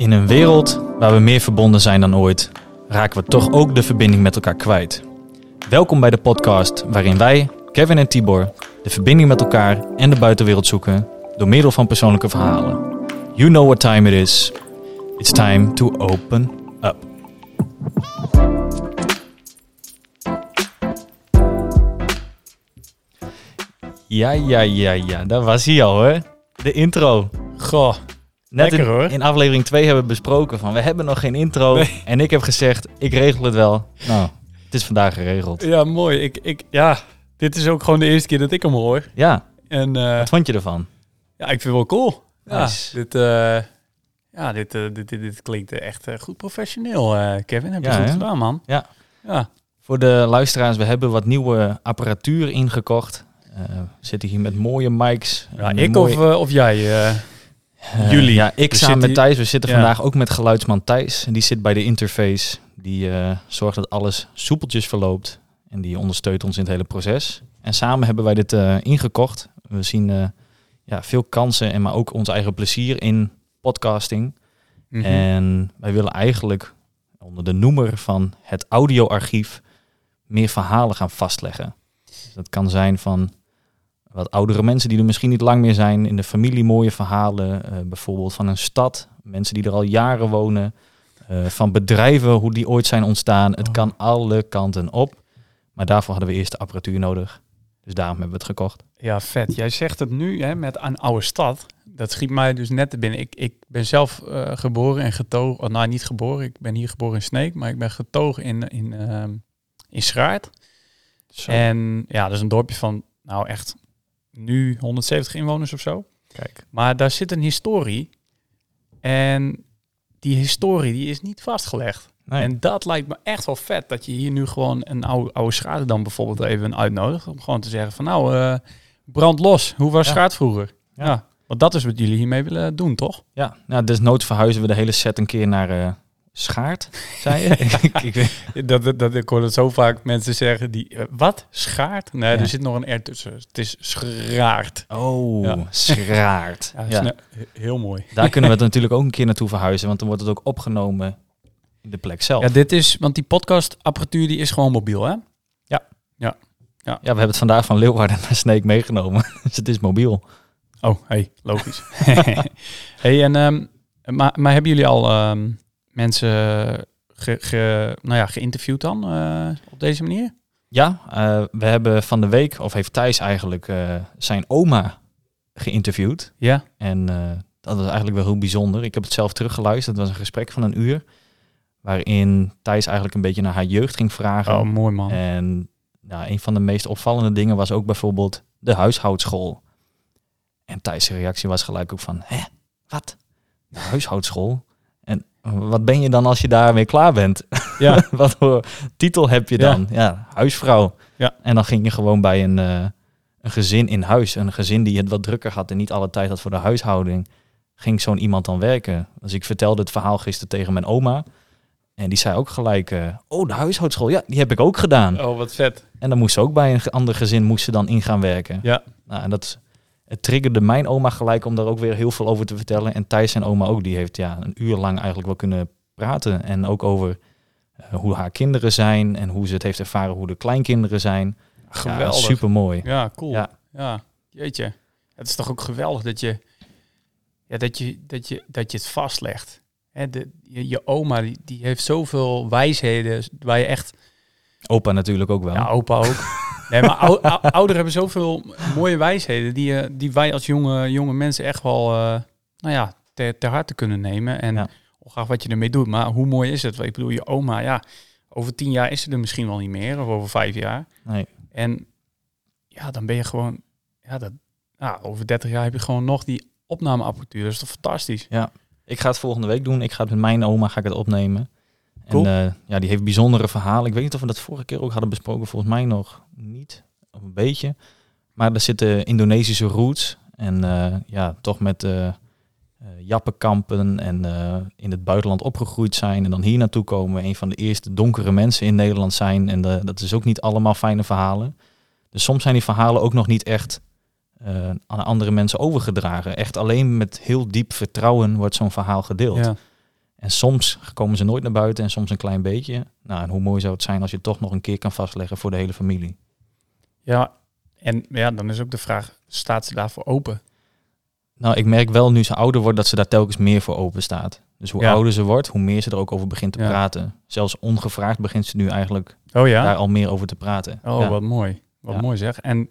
In een wereld waar we meer verbonden zijn dan ooit, raken we toch ook de verbinding met elkaar kwijt. Welkom bij de podcast waarin wij, Kevin en Tibor, de verbinding met elkaar en de buitenwereld zoeken door middel van persoonlijke verhalen. You know what time it is. It's time to open up. Ja, daar was hij al, hè? De intro. Goh, Net lekker hoor. in aflevering 2 hebben we besproken van we hebben nog geen intro. Nee. En ik heb gezegd, ik regel het wel. Nou, het is vandaag geregeld. Ja, mooi. Dit is ook gewoon de eerste keer dat ik hem hoor. Ja, En wat vond je ervan? ja, ik vind het wel cool. Nice. Dit klinkt echt goed professioneel, Kevin. Heb je Ja, goed hè? gedaan, man. Ja. Ja. Voor de luisteraars, we hebben wat nieuwe apparatuur ingekocht. We zitten hier met mooie mics. Ja, En ik mooie- of jij? Jullie. Ja, ik We samen zitten met hier- Thijs. We zitten Ja. vandaag ook met geluidsman Thijs. En die zit bij de interface. Die zorgt dat alles soepeltjes verloopt. En die ondersteunt ons in het hele proces. En samen hebben wij dit ingekocht. We zien veel kansen, maar ook ons eigen plezier in podcasting. Mhm. En wij willen eigenlijk onder de noemer van het audioarchief meer verhalen gaan vastleggen. Dus dat kan zijn van wat oudere mensen die er misschien niet lang meer zijn. In de familie mooie verhalen. Bijvoorbeeld van een stad. Mensen die er al jaren wonen. Van bedrijven, hoe die ooit zijn ontstaan. Het kan alle kanten op. Maar daarvoor hadden we eerst de apparatuur nodig. Dus daarom hebben we het gekocht. Ja, vet. Jij zegt het nu hè, met een oude stad. Dat schiet mij dus net te binnen. Ik ben zelf geboren en getogen. Nou, niet geboren. Ik ben hier geboren in Sneek. Maar ik ben getogen in Schraart. Zo. En ja, dat is een dorpje van, nou echt, nu 170 inwoners of zo. Kijk. Maar daar zit een historie. En die historie die is niet vastgelegd. Nee. En dat lijkt me echt wel vet. Dat je hier nu gewoon een oude Schraat dan bijvoorbeeld even uitnodigt. Om gewoon te zeggen van nou, brand los. Hoe was Ja. Schraat vroeger? Ja. Ja. Want dat is wat jullie hiermee willen doen, toch? Ja, nou, desnoods verhuizen we de hele set een keer naar Schaart, zei je? ik weet- Ik hoor dat zo vaak mensen zeggen die... wat? Schaart? Nee, Ja. er zit nog een R tussen. Het is Schraart. Oh, Ja. Schraart. Ja, Ja. heel mooi. Daar kunnen we het natuurlijk ook een keer naartoe verhuizen, want dan wordt het ook opgenomen in de plek zelf. Ja, dit is... Want die podcastapparatuur die is gewoon mobiel, hè? Ja, we hebben het vandaag van Leeuwarden naar Sneek meegenomen, dus het is mobiel. Oh, hey, logisch. Hey, en maar hebben jullie al mensen geïnterviewd dan op deze manier? Ja, we hebben van de week, of heeft Thijs eigenlijk zijn oma geïnterviewd. Ja. En dat was eigenlijk wel heel bijzonder. Ik heb het zelf teruggeluisterd. Het was een gesprek van 1 uur, waarin Thijs eigenlijk een beetje naar haar jeugd ging vragen. Oh, mooi man. En nou, een van de meest opvallende dingen was ook bijvoorbeeld de huishoudschool. En Thijs' reactie was gelijk ook van, hè, wat? De huishoudschool? En wat ben je dan als je daarmee klaar bent? Ja. Wat voor titel heb je dan? Ja, huisvrouw. Ja. En dan ging je gewoon bij een gezin in huis. Een gezin die het wat drukker had en niet alle tijd had voor de huishouding. Ging zo'n iemand dan werken. Dus ik vertelde het verhaal gisteren tegen mijn oma. En die zei ook gelijk, de huishoudschool, ja, die heb ik ook gedaan. Oh, wat vet. En dan moest ze ook bij een ander gezin moest ze dan in gaan werken. Ja. Nou, en het triggerde mijn oma gelijk om daar ook weer heel veel over te vertellen. En Thijs zijn oma ook, die heeft 1 uur lang eigenlijk wel kunnen praten. En ook over hoe haar kinderen zijn en hoe ze het heeft ervaren, hoe de kleinkinderen zijn. Geweldig. Ja, super mooi. Ja, cool. Ja. Ja, jeetje. Het is toch ook geweldig dat je het vastlegt. Hè, je oma, die heeft zoveel wijsheden waar je echt... Opa natuurlijk ook wel. Ja, opa ook. Nee, maar ouderen hebben zoveel mooie wijsheden die wij als jonge mensen echt wel ter harte kunnen nemen. En Ja. ongeacht wat je ermee doet. Maar hoe mooi is het? Ik bedoel, je oma, ja, over 10 jaar is ze er misschien wel niet meer. Of over 5 jaar. Nee. En ja, dan ben je gewoon... over 30 jaar heb je gewoon nog die opnameapparatuur. Dat is toch fantastisch? Ik ga het volgende week doen. Ik ga het met mijn oma het opnemen. Cool. En die heeft bijzondere verhalen. Ik weet niet of we dat vorige keer ook hadden besproken. Volgens mij nog niet. Of een beetje. Maar er zitten Indonesische roots. En toch met jappenkampen en in het buitenland opgegroeid zijn. En dan hier naartoe komen. Een van de eerste donkere mensen in Nederland zijn. En dat is ook niet allemaal fijne verhalen. Dus soms zijn die verhalen ook nog niet echt aan andere mensen overgedragen. Echt alleen met heel diep vertrouwen wordt zo'n verhaal gedeeld. Ja. En soms komen ze nooit naar buiten en soms een klein beetje. Nou, en hoe mooi zou het zijn als je het toch nog een keer kan vastleggen voor de hele familie. Ja, en ja, dan is ook de vraag, staat ze daarvoor open? Nou, ik merk wel nu ze ouder wordt dat ze daar telkens meer voor open staat. Dus hoe ouder ze wordt, hoe meer ze er ook over begint te praten. Zelfs ongevraagd begint ze nu eigenlijk daar al meer over te praten. Oh, wat mooi. Wat mooi zeg. En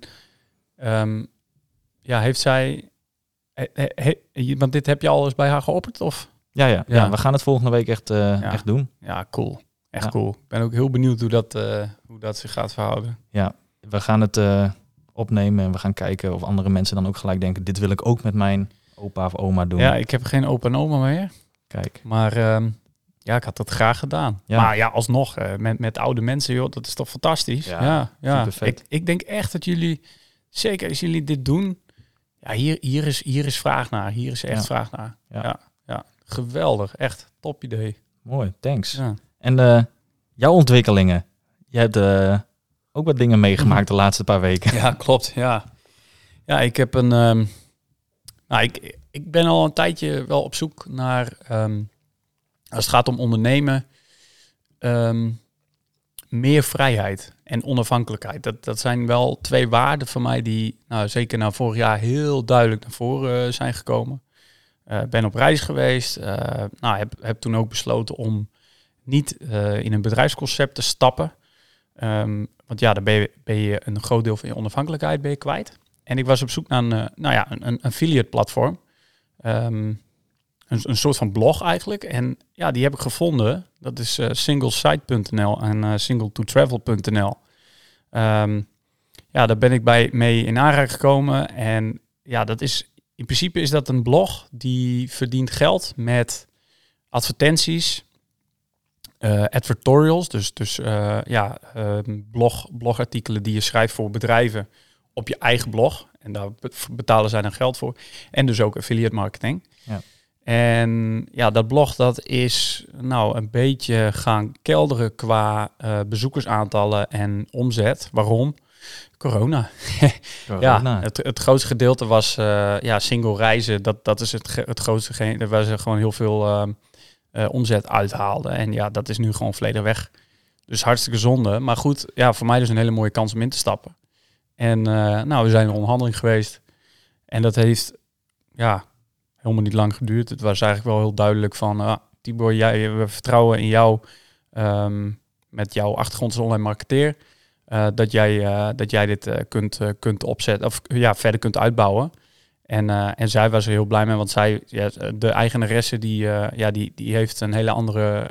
heeft zij... want dit heb je al eens bij haar geopperd, of? Ja, we gaan het volgende week echt doen. Ja, cool. Echt cool. Ik ben ook heel benieuwd hoe dat zich gaat verhouden. Ja, we gaan het opnemen en we gaan kijken of andere mensen dan ook gelijk denken, dit wil ik ook met mijn opa of oma doen. Ja, ik heb geen opa en oma meer. Kijk. Maar ik had dat graag gedaan. Ja. Maar ja, alsnog, met oude mensen, joh, dat is toch fantastisch? Ja. Ik denk echt dat jullie, zeker als jullie dit doen, ja, hier is vraag naar. Hier is echt vraag naar. Ja. Geweldig. Echt top idee. Mooi, thanks. Ja. En jouw ontwikkelingen? Je hebt ook wat dingen meegemaakt de laatste paar weken. Ja, klopt. Ja, ik heb een... ik ben al een tijdje wel op zoek naar... als het gaat om ondernemen... meer vrijheid en onafhankelijkheid. Dat zijn wel 2 waarden van mij die zeker na vorig jaar heel duidelijk naar voren zijn gekomen. Ben op reis geweest. Heb toen ook besloten om niet in een bedrijfsconcept te stappen. Want daar ben je een groot deel van je onafhankelijkheid kwijt. En ik was op zoek naar een affiliate platform. Een soort van blog eigenlijk. En ja, die heb ik gevonden. Dat is singlesite.nl en singletotravel.nl. Daar ben ik mee in aanraking gekomen. En ja, in principe is dat een blog die verdient geld met advertenties, advertorials, blogartikelen die je schrijft voor bedrijven op je eigen blog. En daar betalen zij dan geld voor. En dus ook affiliate marketing. Ja. En ja, dat blog dat is een beetje gaan kelderen qua bezoekersaantallen en omzet. Waarom? Corona. Ja, het grootste gedeelte was single reizen. Dat is het grootste. Waar ze gewoon heel veel omzet uithaalden. En ja, dat is nu gewoon volledig weg. Dus hartstikke zonde. Maar goed, ja, voor mij dus een hele mooie kans om in te stappen. En we zijn in onderhandeling geweest. En dat heeft helemaal niet lang geduurd. Het was eigenlijk wel heel duidelijk van... Tibor, we vertrouwen in jou met jouw achtergrond als online marketeer. Dat jij dit kunt opzetten of verder kunt uitbouwen. En zij was er heel blij mee, want zij, de eigenaresse, die heeft een hele andere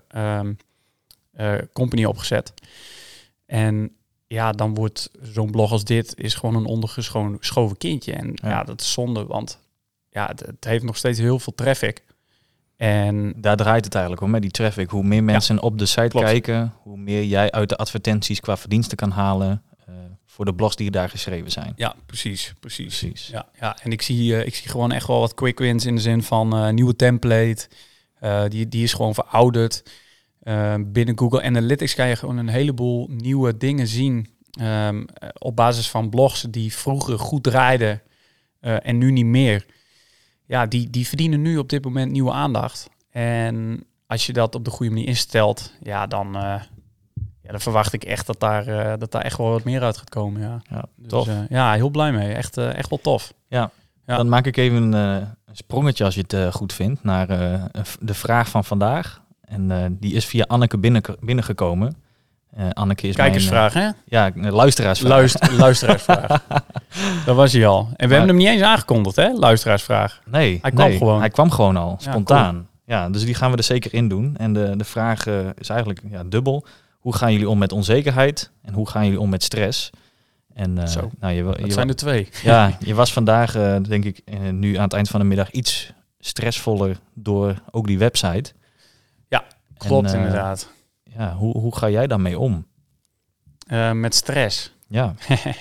company opgezet. En ja, dan wordt zo'n blog als dit is gewoon een ondergeschoven kindje. En ja, dat is zonde, want ja, het heeft nog steeds heel veel traffic. En daar draait het eigenlijk om, hè, die traffic. Hoe meer mensen op de site kijken, hoe meer jij uit de advertenties qua verdiensten kan halen voor de blogs die daar geschreven zijn. Ja, precies. Ja, en ik zie gewoon echt wel wat quick wins in de zin van nieuwe template. Die is gewoon verouderd. Binnen Google Analytics kan je gewoon een heleboel nieuwe dingen zien op basis van blogs die vroeger goed draaiden en nu niet meer. Ja, die verdienen nu op dit moment nieuwe aandacht. En als je dat op de goede manier instelt, dan verwacht ik echt dat daar echt wel wat meer uit gaat komen. Ja, tof. Dus, heel blij mee. Echt wel tof. Ja. Dan maak ik even een sprongetje, als je het goed vindt, naar de vraag van vandaag. En die is via Anneke binnengekomen. Anneke is kijkersvraag, hè? Ja, luisteraarsvraag. Luisteraarsvraag. Dat was hij al. En we hebben hem niet eens aangekondigd, hè? Luisteraarsvraag. Nee, hij kwam gewoon al, spontaan. Cool. Ja, dus die gaan we er zeker in doen. En de vraag is eigenlijk dubbel. Hoe gaan jullie om met onzekerheid? En hoe gaan jullie om met stress? En, dat zijn er 2. Ja, je was vandaag, denk ik, nu aan het eind van de middag iets stressvoller door ook die website. Ja, klopt inderdaad. Ja, hoe ga jij daarmee om? Met stress? Ja.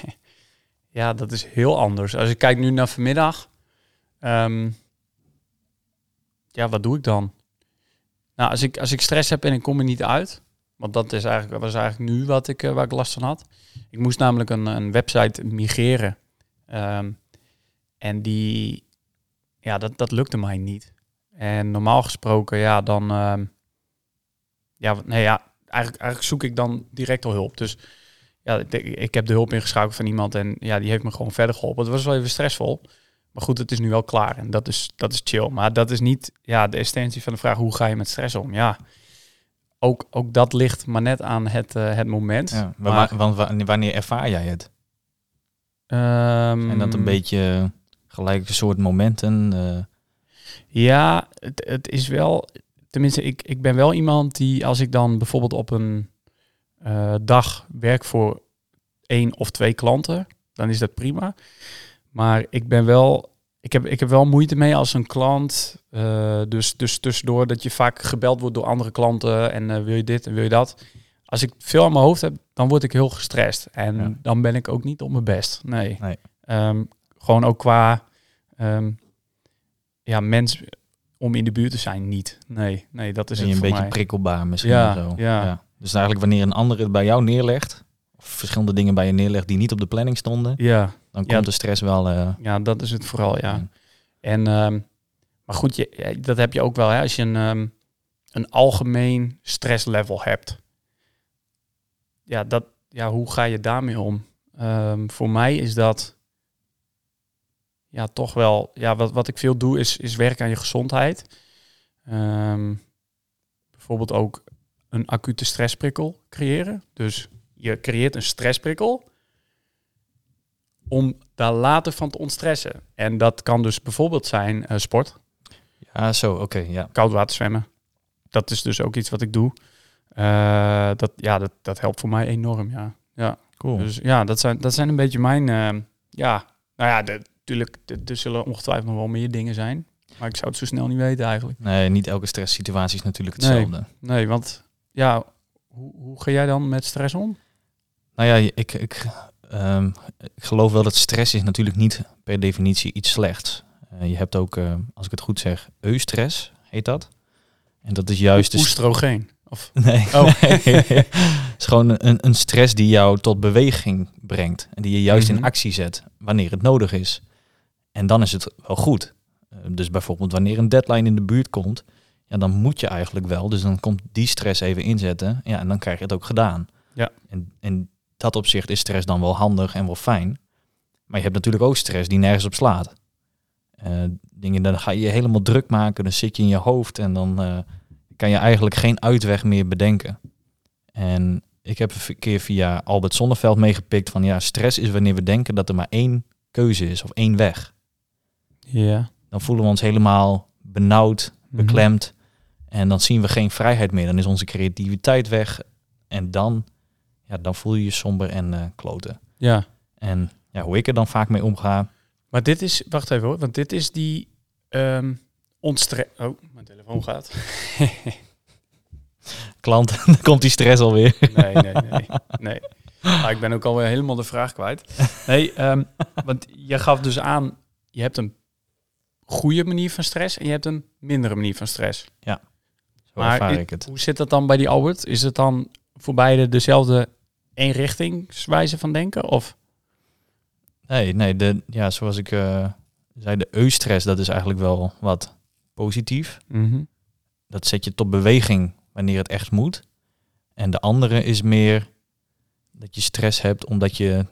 Ja, dat is heel anders. Als ik kijk nu naar vanmiddag, wat doe ik dan? Nou, als ik stress heb en ik kom er niet uit, want dat was eigenlijk nu waar ik last van had. Ik moest namelijk een website migreren. En dat lukte mij niet. En normaal gesproken, dan... eigenlijk zoek ik dan direct al hulp. Dus ja, ik heb de hulp ingeschakeld van iemand en ja, die heeft me gewoon verder geholpen. Het was wel even stressvol. Maar goed, het is nu wel klaar en dat is chill. Maar dat is niet de essentie van de vraag, hoe ga je met stress om? Ja, ook dat ligt maar net aan het moment. Ja, want wanneer ervaar jij het? En dat een beetje gelijke soort momenten? Ja, het is wel... Tenminste, ik ben wel iemand die, als ik dan bijvoorbeeld op een dag werk voor 1 of 2 klanten, dan is dat prima. Maar ik heb wel moeite mee als een klant, dus tussendoor dat je vaak gebeld wordt door andere klanten en wil je dit en wil je dat. Als ik veel aan mijn hoofd heb, dan word ik heel gestrest. En dan ben ik ook niet op mijn best. Nee. Gewoon ook qua mens om in de buurt te zijn niet. Nee, dat is ben het je voor een beetje mij. prikkelbaar misschien Ja, of zo. ja. Dus eigenlijk wanneer een ander het bij jou neerlegt, of verschillende dingen bij je neerlegt die niet op de planning stonden, dan komt de stress wel... Ja, dat is het vooral, ja. En, maar goed, dat heb je ook wel, hè, als je een algemeen stresslevel hebt. Hoe ga je daarmee om? Voor mij is dat toch wel... Ja, wat ik veel doe is werken aan je gezondheid. Bijvoorbeeld ook een acute stressprikkel creëren. Dus je creëert een stressprikkel om daar later van te ontstressen. En dat kan dus bijvoorbeeld zijn sport. Ja, zo, oké. Koud water zwemmen. Dat is dus ook iets wat ik doe. Dat helpt voor mij enorm, ja. Cool. Dus ja, dat zijn een beetje mijn... natuurlijk, er zullen ongetwijfeld nog wel meer dingen zijn. Maar ik zou het zo snel niet weten eigenlijk. Nee, niet elke stresssituatie is natuurlijk hetzelfde. Nee, want ja, hoe ga jij dan met stress om? Nou ja, ik geloof wel dat stress is natuurlijk niet per definitie iets slechts. Je hebt ook, als ik het goed zeg, eustress heet dat. En dat is juist... Oestrogeen? Of? Nee. Het is gewoon een stress die jou tot beweging brengt. En die je juist in actie zet wanneer het nodig is. En dan is het wel goed. Dus bijvoorbeeld wanneer een deadline in de buurt komt, ja, dan moet je eigenlijk wel. Dus dan komt die stress even inzetten. Ja, en dan krijg je het ook gedaan. Ja. En in dat opzicht is stress dan wel handig en wel fijn. Maar je hebt natuurlijk ook stress die nergens op slaat. Dan ga je je helemaal druk maken, dan zit je in je hoofd en dan kan je eigenlijk geen uitweg meer bedenken. En ik heb een keer via Albert Sonneveld meegepikt van stress is wanneer we denken dat er maar 1 keuze is of 1 weg. Ja. Dan voelen we ons helemaal benauwd, beklemd. En dan zien we geen vrijheid meer. Dan is onze creativiteit weg. En dan voel je je somber en kloten. Ja. En hoe ik er dan vaak mee omga. Maar dit is, wacht even hoor, want dit is die Oh, mijn telefoon gaat. Klant, dan komt die stress alweer. Nee. Maar ik ben ook alweer helemaal de vraag kwijt. Nee, want je gaf dus aan, je hebt een goede manier van stress en je hebt een mindere manier van stress. Ja, zo ervaar ik het. Hoe zit dat dan bij die Albert? Is het dan voor beide dezelfde eenrichtingswijze van denken? Of? Nee, zoals ik zei, de eustress, dat is eigenlijk wel wat positief. Mm-hmm. Dat zet je tot beweging wanneer het echt moet. En de andere is meer dat je stress hebt omdat je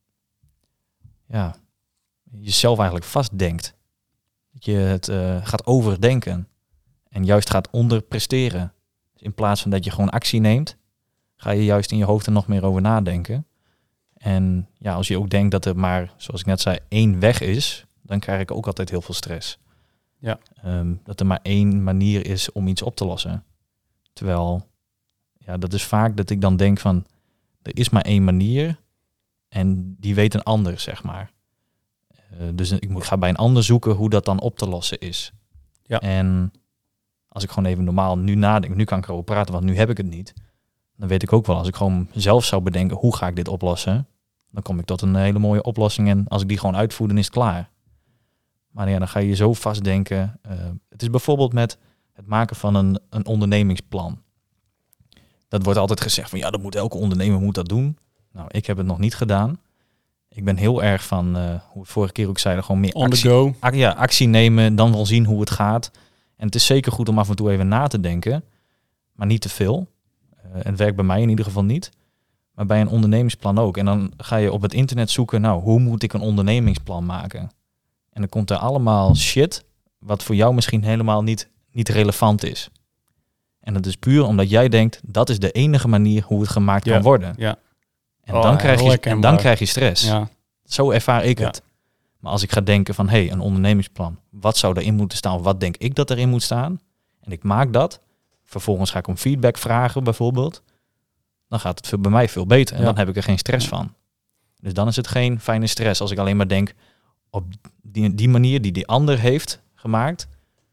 jezelf eigenlijk vastdenkt. Dat je het gaat overdenken en juist gaat onderpresteren. Dus in plaats van dat je gewoon actie neemt, ga je juist in je hoofd er nog meer over nadenken. En als je ook denkt dat er maar, zoals ik net zei, 1 weg is, dan krijg ik ook altijd heel veel stress. Ja. Dat er maar 1 manier is om iets op te lossen. Terwijl, dat is vaak dat ik dan denk van, er is maar 1 manier en die weet een ander, zeg maar. Dus ik ga bij een ander zoeken hoe dat dan op te lossen is. Ja. En als ik gewoon even normaal nu nadenk, nu kan ik erover praten, want nu heb ik het niet. Dan weet ik ook wel, als ik gewoon zelf zou bedenken, hoe ga ik dit oplossen? Dan kom ik tot een hele mooie oplossing en als ik die gewoon uitvoer, dan is het klaar. Maar dan ga je zo vastdenken. Het is bijvoorbeeld met het maken van een ondernemingsplan. Dat wordt altijd gezegd van, dat moet elke ondernemer moet dat doen. Nou, ik heb het nog niet gedaan. Ik ben heel erg van, hoe we vorige keer ook zeiden, gewoon meer on the go. Actie nemen, dan wel zien hoe het gaat. En het is zeker goed om af en toe even na te denken, maar niet te veel. Het werkt bij mij in ieder geval niet. Maar bij een ondernemingsplan ook. En dan ga je op het internet zoeken, nou, hoe moet ik een ondernemingsplan maken? En dan komt er allemaal shit, wat voor jou misschien helemaal niet relevant is. En dat is puur omdat jij denkt, dat is de enige manier hoe het gemaakt kan worden. Ja. En dan krijg je stress. Ja. Zo ervaar ik het. Maar als ik ga denken van, een ondernemingsplan, wat zou erin moeten staan? Wat denk ik dat erin moet staan? En ik maak dat. Vervolgens ga ik om feedback vragen bijvoorbeeld. Dan gaat het bij mij veel beter. En dan heb ik er geen stress van. Dus dan is het geen fijne stress. Als ik alleen maar denk, op die manier die ander heeft gemaakt,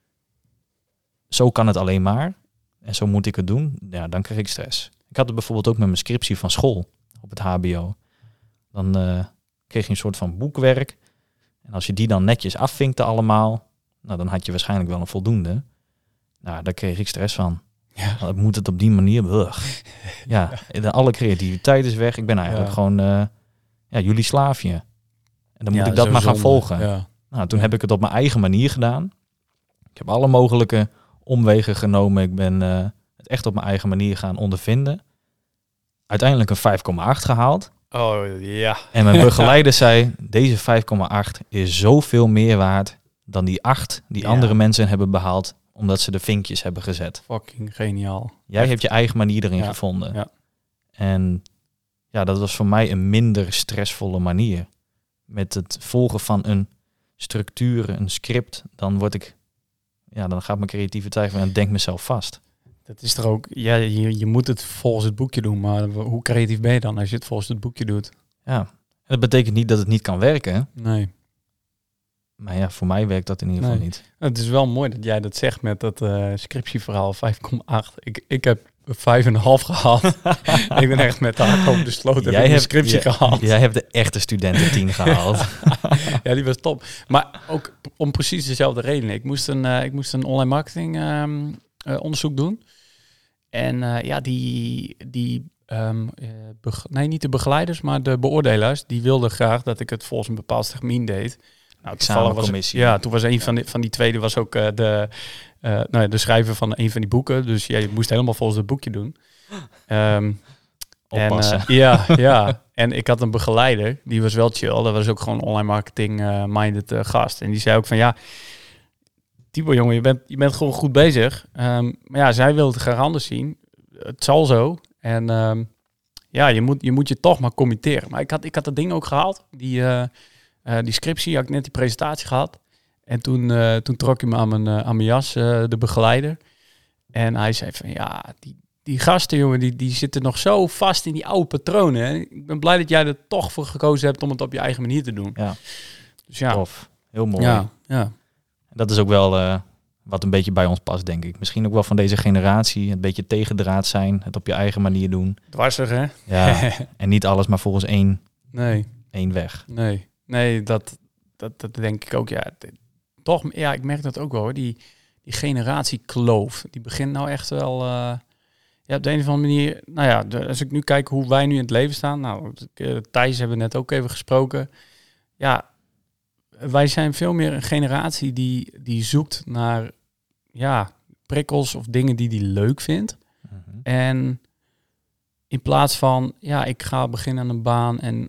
zo kan het alleen maar. En zo moet ik het doen. Ja, dan krijg ik stress. Ik had het bijvoorbeeld ook met mijn scriptie van school op het hbo. Dan kreeg je een soort van boekwerk. En als je die dan netjes afvinkte allemaal, nou, dan had je waarschijnlijk wel een voldoende. Nou, daar kreeg ik stress van. Ja. Dan moet het op die manier. Ja, alle creativiteit is weg. Ik ben eigenlijk gewoon jullie slaafje. En dan moet ik dat maar gaan volgen. Ja. Nou, toen heb ik het op mijn eigen manier gedaan. Ik heb alle mogelijke omwegen genomen. Ik ben het echt op mijn eigen manier gaan ondervinden. Uiteindelijk een 5,8 gehaald. Oh ja. En mijn begeleider zei, deze 5,8 is zoveel meer waard dan die 8 die andere mensen hebben behaald, omdat ze de vinkjes hebben gezet. Fucking geniaal. Jij hebt je eigen manier erin gevonden. Ja. En ja, dat was voor mij een minder stressvolle manier. Met het volgen van een structuur, een script, dan gaat mijn creativiteit en denk mezelf vast. Dat is er ook, je moet het volgens het boekje doen, maar hoe creatief ben je dan als je het volgens het boekje doet? Ja, en dat betekent niet dat het niet kan werken. Nee. Maar ja, voor mij werkt dat in ieder geval niet. Het is wel mooi dat jij dat zegt met dat scriptieverhaal 5,8. Ik heb 5,5 gehaald. Ik ben echt met de hak over de sloot en een scriptie gehaald. Jij hebt de echte studenten 10 gehaald. Ja, die was top. Maar ook om precies dezelfde reden. Ik moest een online marketing onderzoek doen. En niet de begeleiders, maar de beoordelaars, die wilden graag dat ik het volgens een bepaald termijn deed. Nou, examencommissie. Toen was een van die tweede was ook de schrijver van een van die boeken. Dus je moest helemaal volgens het boekje doen. Oppassen. En ik had een begeleider, die was wel chill. Dat was ook gewoon online marketing minded gast. En die zei ook van Thibaut, jongen, je bent gewoon goed bezig. Maar ja, zij wil het graag anders zien. Het zal zo. En je moet je toch maar committeren. Maar ik had dat ding ook gehaald. Die scriptie, had ik net die presentatie gehad. En toen trok hij me aan mijn jas, de begeleider. En hij zei van die gasten, jongen, die zitten nog zo vast in die oude patronen. Hè? Ik ben blij dat jij er toch voor gekozen hebt om het op je eigen manier te doen. Ja, dus tof. Heel mooi. Ja. Dat is ook wel wat een beetje bij ons past, denk ik. Misschien ook wel van deze generatie. Een beetje tegendraad zijn. Het op je eigen manier doen. Dwarsig, hè? Ja. En niet alles maar volgens één weg. Nee, dat denk ik ook. Ja, toch, ik merk dat ook wel, hoor. Die generatiekloof, die begint nou echt wel... op de een of andere manier... Nou ja, als ik nu kijk hoe wij nu in het leven staan... Nou, Thijs hebben we net ook even gesproken. Ja, wij zijn veel meer een generatie die zoekt naar prikkels of dingen die die leuk vindt. Mm-hmm. En in plaats van, ik ga beginnen aan een baan en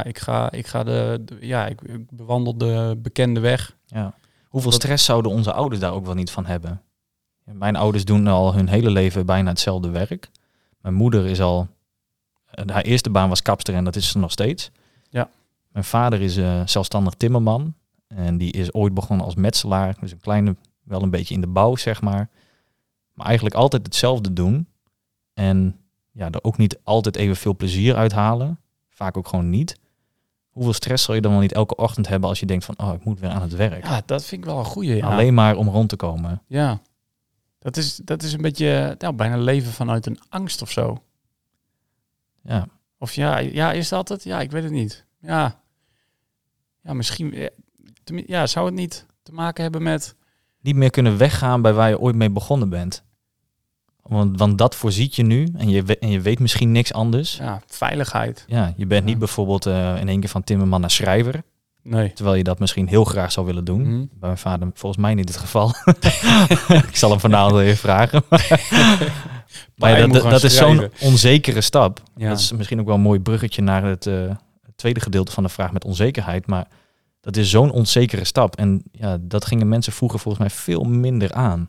ik bewandel de bekende weg. Ja. Hoeveel stress zouden onze ouders daar ook wel niet van hebben? Mijn ouders doen al hun hele leven bijna hetzelfde werk. Mijn moeder is haar eerste baan was kapster en dat is ze nog steeds. Ja. Mijn vader is zelfstandig timmerman. En die is ooit begonnen als metselaar. Dus wel een beetje in de bouw, zeg maar. Maar eigenlijk altijd hetzelfde doen. En er ook niet altijd evenveel plezier uithalen. Vaak ook gewoon niet. Hoeveel stress zal je dan wel niet elke ochtend hebben als je denkt van, ik moet weer aan het werk. Ja, dat vind ik wel een goeie. Ja. Alleen maar om rond te komen. Ja, dat is een beetje bijna leven vanuit een angst of zo. Ja. Of is dat het? Ja, ik weet het niet. Ja, misschien... Ja, zou het niet te maken hebben met... Niet meer kunnen weggaan bij waar je ooit mee begonnen bent. Want dat voorziet je nu en je weet misschien niks anders. Ja, veiligheid. Ja, je bent niet bijvoorbeeld in één keer van timmerman naar schrijver. Nee. Terwijl je dat misschien heel graag zou willen doen. Mhm. Bij mijn vader volgens mij niet het geval. Ik zal hem vanavond even vragen. Maar ja, dat is zo'n onzekere stap. Ja. Dat is misschien ook wel een mooi bruggetje naar het tweede gedeelte van de vraag met onzekerheid. Maar dat is zo'n onzekere stap. En ja, dat gingen mensen vroeger volgens mij veel minder aan.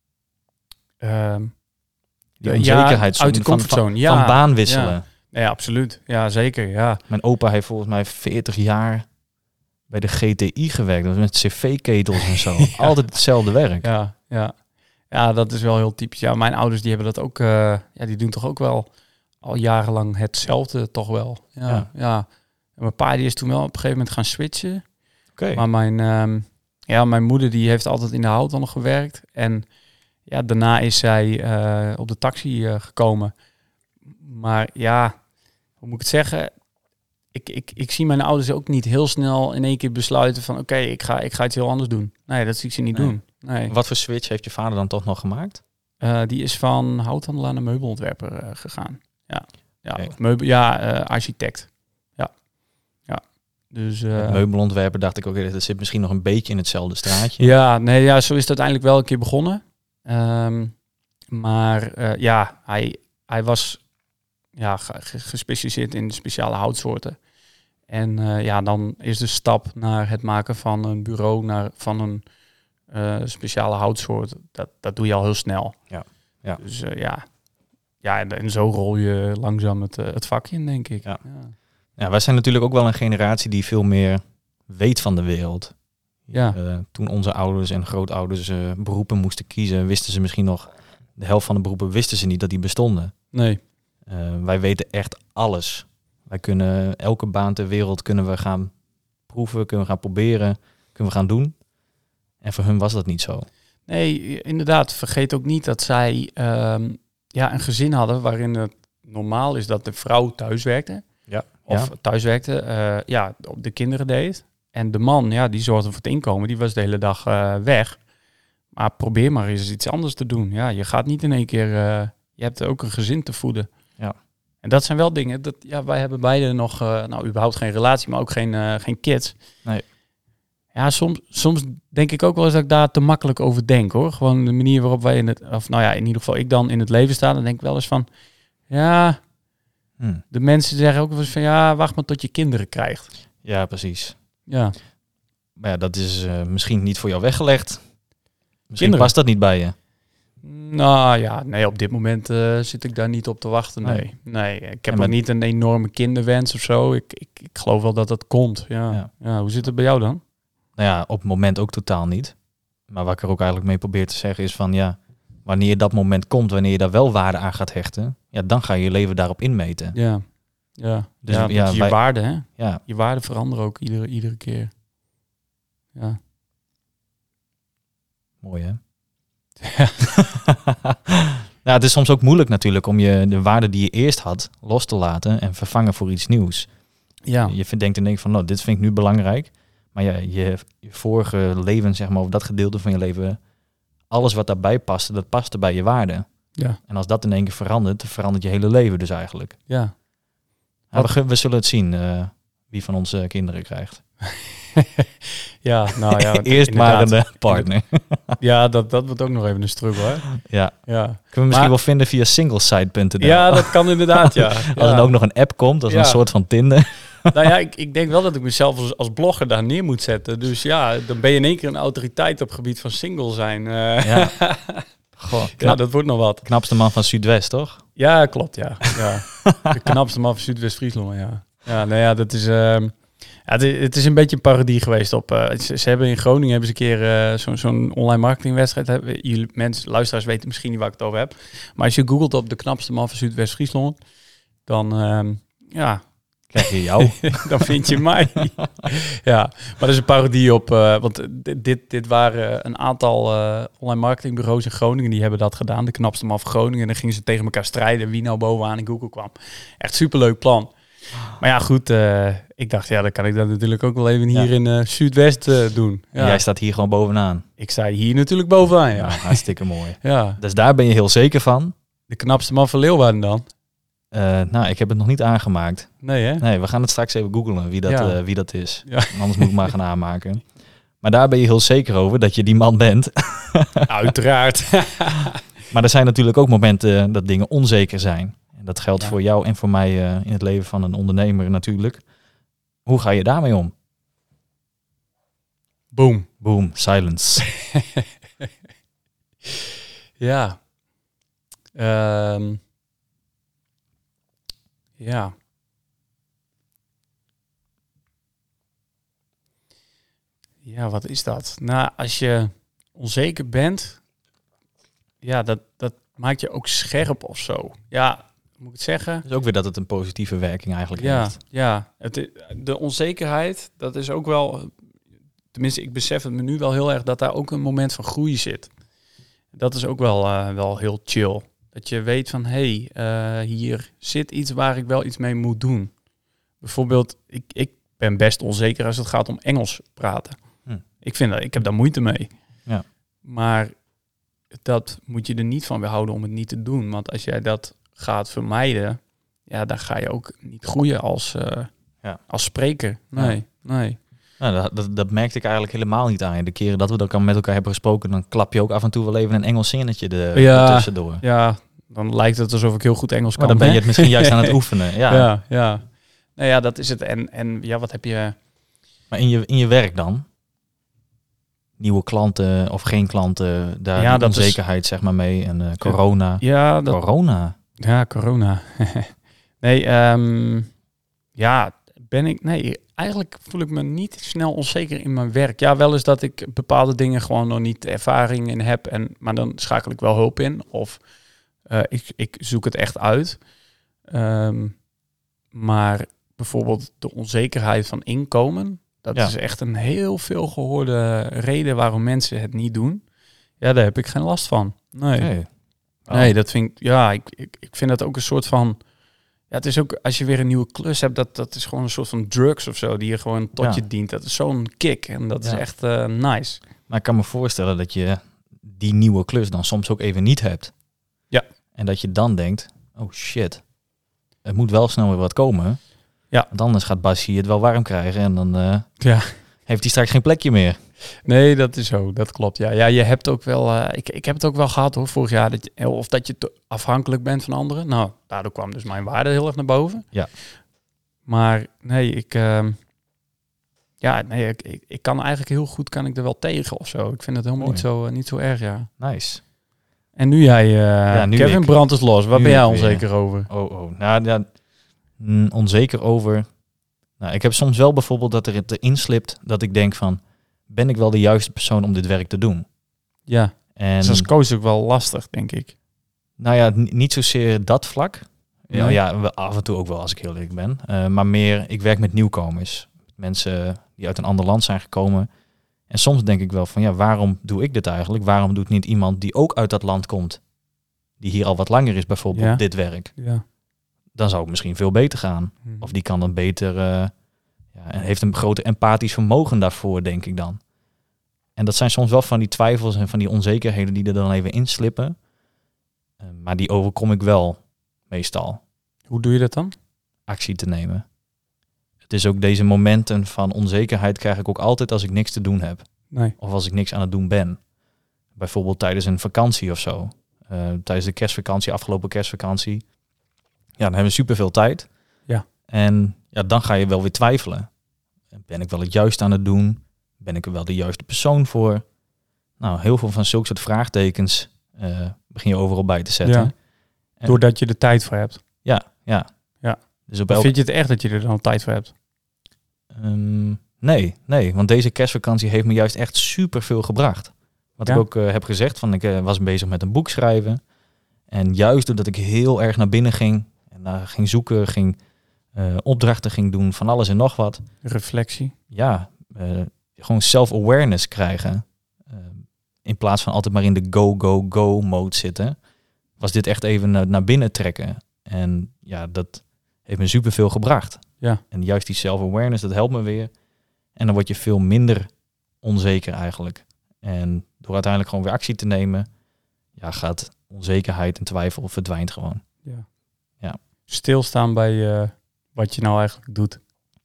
Die onzekerheid uit de comfortzone. van baan wisselen. Ja, absoluut. Ja, zeker. Ja. Mijn opa heeft volgens mij 40 jaar bij de GTI gewerkt. Dat was met cv-ketels en zo. Altijd hetzelfde werk. Ja, dat is wel heel typisch. Ja, mijn ouders die hebben dat ook. Die doen toch ook wel al jarenlang hetzelfde, toch wel. Ja. En mijn pa die is toen wel op een gegeven moment gaan switchen. Okay. Maar mijn moeder die heeft altijd in de houthandel gewerkt. En ja, daarna is zij op de taxi gekomen. Maar ja, hoe moet ik het zeggen? Ik zie mijn ouders ook niet heel snel in één keer besluiten van oké, ik ga iets heel anders doen. Nee, dat zie ik ze niet doen. Nee. Wat voor switch heeft je vader dan toch nog gemaakt? Die is van houthandelaar naar meubelontwerper gegaan. Architect. Ja. Dus meubelontwerper dacht ik ook, dat zit misschien nog een beetje in hetzelfde straatje. Zo is het uiteindelijk wel een keer begonnen. Hij was gespecialiseerd in speciale houtsoorten. En dan is de stap naar het maken van een bureau van een speciale houtsoort. Dat doe je al heel snel. Ja. Dus en zo rol je langzaam het vakje in, denk ik. Ja, wij zijn natuurlijk ook wel een generatie die veel meer weet van de wereld. Ja. Toen onze ouders en grootouders beroepen moesten kiezen, wisten ze misschien nog, de helft van de beroepen wisten ze niet dat die bestonden. Nee. Wij weten echt alles. Wij kunnen elke baan ter wereld kunnen we gaan proeven, kunnen we gaan proberen, kunnen we gaan doen. En voor hun was dat niet zo. Nee, inderdaad. Vergeet ook niet dat zij een gezin hadden waarin het normaal is dat de vrouw thuis werkte. Thuis werkte, op de kinderen deed. En de man, die zorgde voor het inkomen. Die was de hele dag weg. Maar probeer maar eens iets anders te doen. Ja, je gaat niet in één keer... je hebt ook een gezin te voeden. Ja. En dat zijn wel dingen... wij hebben beide nog... überhaupt geen relatie, maar ook geen kids. Nee. Ja, soms denk ik ook wel eens dat ik daar te makkelijk over denk, hoor. Gewoon de manier waarop wij in ieder geval ik dan in het leven sta. Dan denk ik wel eens van... Ja... De mensen zeggen ook wel eens van... wacht maar tot je kinderen krijgt. Ja, precies. Ja. Maar ja, dat is misschien niet voor jou weggelegd. Misschien kinderen. past dat niet bij je. Nou ja, nee, op dit moment zit ik daar niet op te wachten. Nee. Ik heb ook niet een enorme kinderwens of zo. Ik geloof wel dat dat komt. Ja, hoe zit het bij jou dan? Nou ja, op het moment ook totaal niet. Maar wat ik er ook eigenlijk mee probeer te zeggen is van wanneer dat moment komt, wanneer je daar wel waarde aan gaat hechten, dan ga je je leven daarop inmeten. Ja. Dus je waarde, hè? Ja. Je waarden veranderen ook iedere keer. Ja. Mooi, hè? Het is soms ook moeilijk natuurlijk om de waarde die je eerst had los te laten en vervangen voor iets nieuws. Ja. Je denkt en denkt van, dit vind ik nu belangrijk. Maar je vorige leven, zeg maar, of dat gedeelte van je leven, alles wat daarbij paste, dat paste bij je waarde. Ja. En als dat in één keer verandert je hele leven dus eigenlijk. Ja. We zullen het zien wie van onze kinderen krijgt. Eerst maar een partner. Ja, dat wordt ook nog even een struggle, hè? Ja. Kunnen we misschien wel vinden via singlesite.nl. Ja, dat kan inderdaad, ja. Als er ook nog een app komt, als een soort van Tinder. Nou ja, ik denk wel dat ik mezelf als blogger daar neer moet zetten. Dus dan ben je in één keer een autoriteit op het gebied van single zijn. Goh, dat wordt nog wat. Knapste man van Zuidwest, toch? Ja, klopt, ja. De knapste man van Zuidwest-Friesland, ja. Dat is... het is een beetje een parodie geweest op... ze hebben in Groningen een keer zo'n online marketingwedstrijd. Jullie mensen, luisteraars weten misschien niet waar ik het over heb. Maar als je googelt op de knapste man van Zuidwest-Friesland, dan krijg je jou. Dan vind je mij. Ja, maar dat is een parodie op... want dit waren een aantal online marketingbureaus in Groningen. Die hebben dat gedaan. De knapste man van Groningen. En dan gingen ze tegen elkaar strijden wie nou bovenaan in Google kwam. Echt superleuk plan. Maar ja, goed. Ik dacht, dan kan ik dat natuurlijk ook wel even hier in Zuidwest doen. Ja. Jij staat hier gewoon bovenaan. Ik sta hier natuurlijk bovenaan, ja. Hartstikke mooi. Ja. Dus daar ben je heel zeker van. De knapste man van Leeuwarden dan. Ik heb het nog niet aangemaakt. Nee, hè? Nee, we gaan het straks even googlen wie dat is. Ja. Anders moet ik maar gaan aanmaken. Maar daar ben je heel zeker over dat je die man bent. Uiteraard. Maar er zijn natuurlijk ook momenten dat dingen onzeker zijn. En dat geldt voor jou en voor mij in het leven van een ondernemer natuurlijk. Hoe ga je daarmee om? Boom. Boom, silence. Ja. Ja. Ja, wat is dat? Nou, als je onzeker bent, ja, dat maakt je ook scherp of zo. Ja, moet ik het zeggen? Dus ook weer dat het een positieve werking eigenlijk Ja, heeft. ja. De onzekerheid, dat is ook wel... Tenminste, ik besef het me nu wel heel erg dat daar ook een moment van groei zit. Dat is ook wel heel chill. Dat je weet van, hier zit iets waar ik wel iets mee moet doen. Bijvoorbeeld, ik ben best onzeker als het gaat om Engels praten. Ik heb daar moeite mee. Ja. Maar dat moet je er niet van weerhouden om het niet te doen. Want als jij dat gaat vermijden, ja, dan ga je ook niet groeien als spreker. Nee. Nou, dat merkte ik eigenlijk helemaal niet aan. De keren dat we dat met elkaar hebben gesproken, dan klap je ook af en toe wel even een Engels zinnetje tussendoor. Ja, dan lijkt het alsof ik heel goed Engels kan. Maar dan ben je het misschien juist aan het oefenen. Ja. Nou ja, dat is het. En ja, wat heb je... Maar in je werk dan? Nieuwe klanten of geen klanten, daar die onzekerheid zeg maar mee. En corona. Ja, Corona? Ja, corona. Nee, eigenlijk voel ik me niet snel onzeker in mijn werk. Ja, wel eens dat ik bepaalde dingen gewoon nog niet ervaring in heb. Maar dan schakel ik wel hulp in. Of ik zoek het echt uit. Maar bijvoorbeeld de onzekerheid van inkomen. Dat is echt een heel veel gehoorde reden waarom mensen het niet doen. Ja, daar heb ik geen last van. Nee. Nee, dat vind ik... Ja, ik vind dat ook een soort van... Ja, het is ook als je weer een nieuwe klus hebt, dat is gewoon een soort van drugs of zo, die je gewoon tot je dient. Dat is zo'n kick en dat is echt nice. Maar ik kan me voorstellen dat je die nieuwe klus dan soms ook even niet hebt. Ja. En dat je dan denkt, oh shit, het moet wel snel weer wat komen. Ja. Want anders gaat Bassie het wel warm krijgen en dan heeft hij straks geen plekje meer. Nee, dat is zo. Dat klopt. Ja, je hebt ook wel... ik heb het ook wel gehad hoor, vorig jaar. Dat je afhankelijk bent van anderen. Nou, daardoor kwam dus mijn waarde heel erg naar boven. Ja. Maar nee, ik kan eigenlijk heel goed kan ik er wel tegen of zo. Ik vind het helemaal niet zo erg, ja. Nice. En nu jij, Kevin, brand is los. Waar ben jij onzeker over? Nou, ja, onzeker over... Nou, ik heb soms wel bijvoorbeeld dat er erin slipt dat ik denk van... Ben ik wel de juiste persoon om dit werk te doen? Ja, en dus als coach ook wel lastig, denk ik. Nou ja, niet zozeer dat vlak. Nee. Ja, af en toe ook wel als ik heel eerlijk ben. Maar meer, ik werk met nieuwkomers. Mensen die uit een ander land zijn gekomen. En soms denk ik wel van, waarom doe ik dit eigenlijk? Waarom doet niet iemand die ook uit dat land komt? Die hier al wat langer is bijvoorbeeld, dit werk. Ja. Dan zou het misschien veel beter gaan. Of die kan dan beter... en heeft een groter empathisch vermogen daarvoor, denk ik dan. En dat zijn soms wel van die twijfels en van die onzekerheden die er dan even inslippen. Maar die overkom ik wel meestal. Hoe doe je dat dan? Actie te nemen. Het is ook deze momenten van onzekerheid krijg ik ook altijd als ik niks te doen heb. Nee. Of als ik niks aan het doen ben. Bijvoorbeeld tijdens een vakantie of zo. Tijdens de kerstvakantie, afgelopen kerstvakantie. Ja, dan hebben we superveel tijd. Ja. En dan ga je wel weer twijfelen. Ben ik wel het juiste aan het doen? Ben ik er wel de juiste persoon voor? Nou, heel veel van zulke soort vraagtekens begin je overal bij te zetten. Ja. Doordat je er tijd voor hebt. Ja. Dus vind je het echt dat je er dan tijd voor hebt? Nee, want deze kerstvakantie heeft me juist echt superveel gebracht. Wat ik ook heb gezegd, van ik was bezig met een boek schrijven. En juist doordat ik heel erg naar binnen ging en ging zoeken, opdrachten ging doen, van alles en nog wat. Reflectie. Ja, gewoon self-awareness krijgen. In plaats van altijd maar in de go mode zitten, was dit echt even naar binnen trekken. En ja, dat heeft me superveel gebracht. Ja. En juist die self-awareness, dat helpt me weer. En dan word je veel minder onzeker eigenlijk. En door uiteindelijk gewoon weer actie te nemen, gaat onzekerheid en twijfel verdwijnt gewoon. Ja. stilstaan bij wat je nou eigenlijk doet.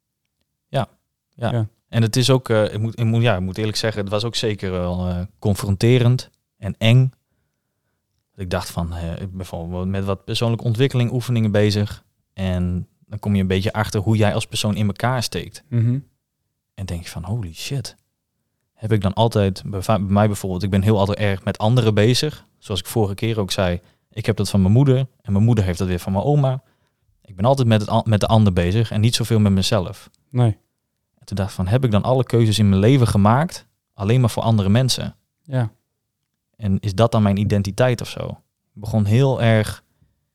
Ja. En het is ook, ik moet eerlijk zeggen, het was ook zeker wel confronterend en eng. Ik dacht van, ik ben bijvoorbeeld met wat persoonlijke ontwikkeling oefeningen bezig. En dan kom je een beetje achter hoe jij als persoon in elkaar steekt. Mm-hmm. En denk je van, holy shit. Heb ik dan altijd, bij mij bijvoorbeeld, ik ben heel altijd erg met anderen bezig. Zoals ik vorige keer ook zei, ik heb dat van mijn moeder. En mijn moeder heeft dat weer van mijn oma. Ik ben altijd met de ander bezig en niet zoveel met mezelf. Nee. En toen dacht ik van, heb ik dan alle keuzes in mijn leven gemaakt alleen maar voor andere mensen? Ja. En is dat dan mijn identiteit of zo? Ik begon heel erg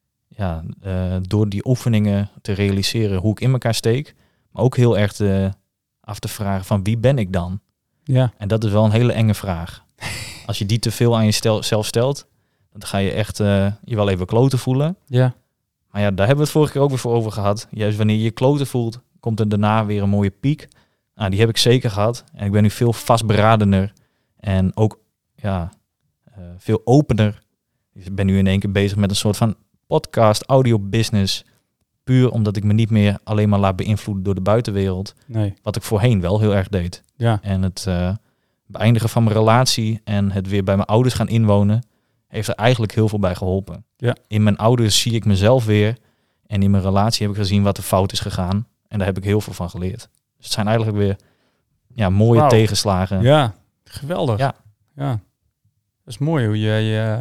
door die oefeningen te realiseren hoe ik in elkaar steek. Maar ook heel erg af te vragen van wie ben ik dan? Ja. En dat is wel een hele enge vraag. Als je die te veel aan jezelf stelt, dan ga je echt je wel even kloten voelen. Ja. Maar ja, daar hebben we het vorige keer ook weer voor over gehad. Juist wanneer je je kloten voelt, komt er daarna weer een mooie piek. Nou, die heb ik zeker gehad. En ik ben nu veel vastberadener en ook veel opener. Ik ben nu in één keer bezig met een soort van podcast, audio business. Puur omdat ik me niet meer alleen maar laat beïnvloeden door de buitenwereld. Nee. Wat ik voorheen wel heel erg deed. Ja. En het beëindigen van mijn relatie en het weer bij mijn ouders gaan inwonen, heeft er eigenlijk heel veel bij geholpen. Ja. In mijn ouders zie ik mezelf weer. En in mijn relatie heb ik gezien wat er fout is gegaan. En daar heb ik heel veel van geleerd. Dus het zijn eigenlijk weer mooie tegenslagen. Ja, geweldig. Ja. Ja. Dat is mooi hoe je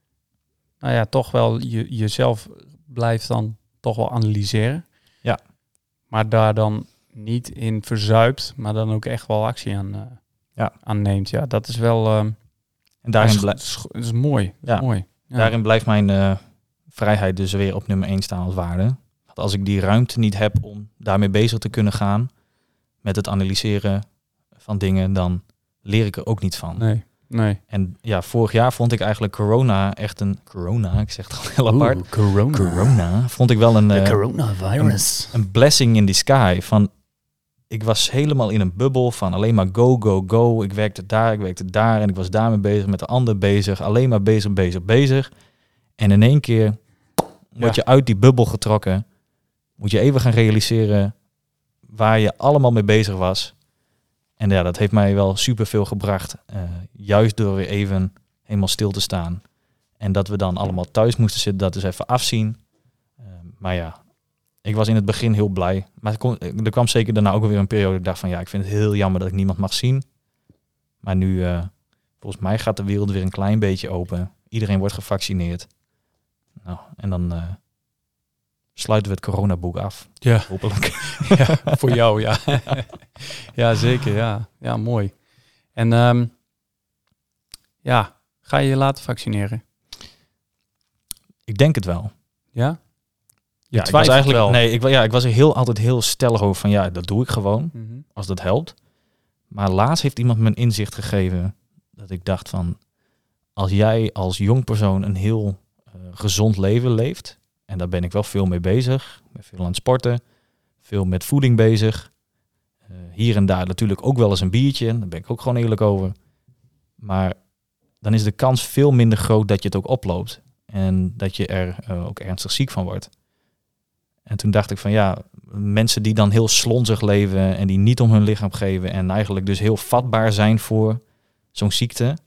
toch wel jezelf blijft dan toch wel analyseren. Ja. Maar daar dan niet in verzuipt, maar dan ook echt wel actie aan neemt. Ja, dat is wel... en daarin dat is mooi. Dat is mooi. Ja. Daarin blijft mijn vrijheid dus weer op nummer 1 staan als waarde. Want als ik die ruimte niet heb om daarmee bezig te kunnen gaan, met het analyseren van dingen, dan leer ik er ook niet van. Nee. En ja, vorig jaar vond ik eigenlijk corona echt een... Corona, ik zeg het al heel apart. Corona. Vond ik wel een... coronavirus. Een blessing in the sky. Van, ik was helemaal in een bubbel van alleen maar go, go, go. Ik werkte daar en ik was daarmee bezig, met de ander bezig. Alleen maar bezig. En in één keer word je uit die bubbel getrokken. Moet je even gaan realiseren waar je allemaal mee bezig was. En ja, dat heeft mij wel superveel gebracht. Juist door weer even helemaal stil te staan. En dat we dan allemaal thuis moesten zitten, dat is even afzien. Maar ja, ik was in het begin heel blij. Maar er kwam zeker daarna ook weer een periode dat ik dacht van ik vind het heel jammer dat ik niemand mag zien. Maar nu, volgens mij gaat de wereld weer een klein beetje open. Iedereen wordt gevaccineerd. Nou, en dan sluiten we het coronaboek af. Ja. Hopelijk. Ja, voor jou, ja. Ja, zeker, ja. Ja, mooi. En ga je je laten vaccineren? Ik denk het wel. Ja? Ja, ik was eigenlijk wel. Nee, ik was er altijd heel stellig over van dat doe ik gewoon, als dat helpt. Maar laatst heeft iemand me een inzicht gegeven dat ik dacht van, als jij als jong persoon een heel gezond leven leeft, en daar ben ik wel veel mee bezig, ik ben veel aan het sporten, veel met voeding bezig, hier en daar natuurlijk ook wel eens een biertje, daar ben ik ook gewoon eerlijk over. Maar dan is de kans veel minder groot dat je het ook oploopt en dat je er ook ernstig ziek van wordt. En toen dacht ik van mensen die dan heel slonzig leven en die niet om hun lichaam geven en eigenlijk dus heel vatbaar zijn voor zo'n ziekte.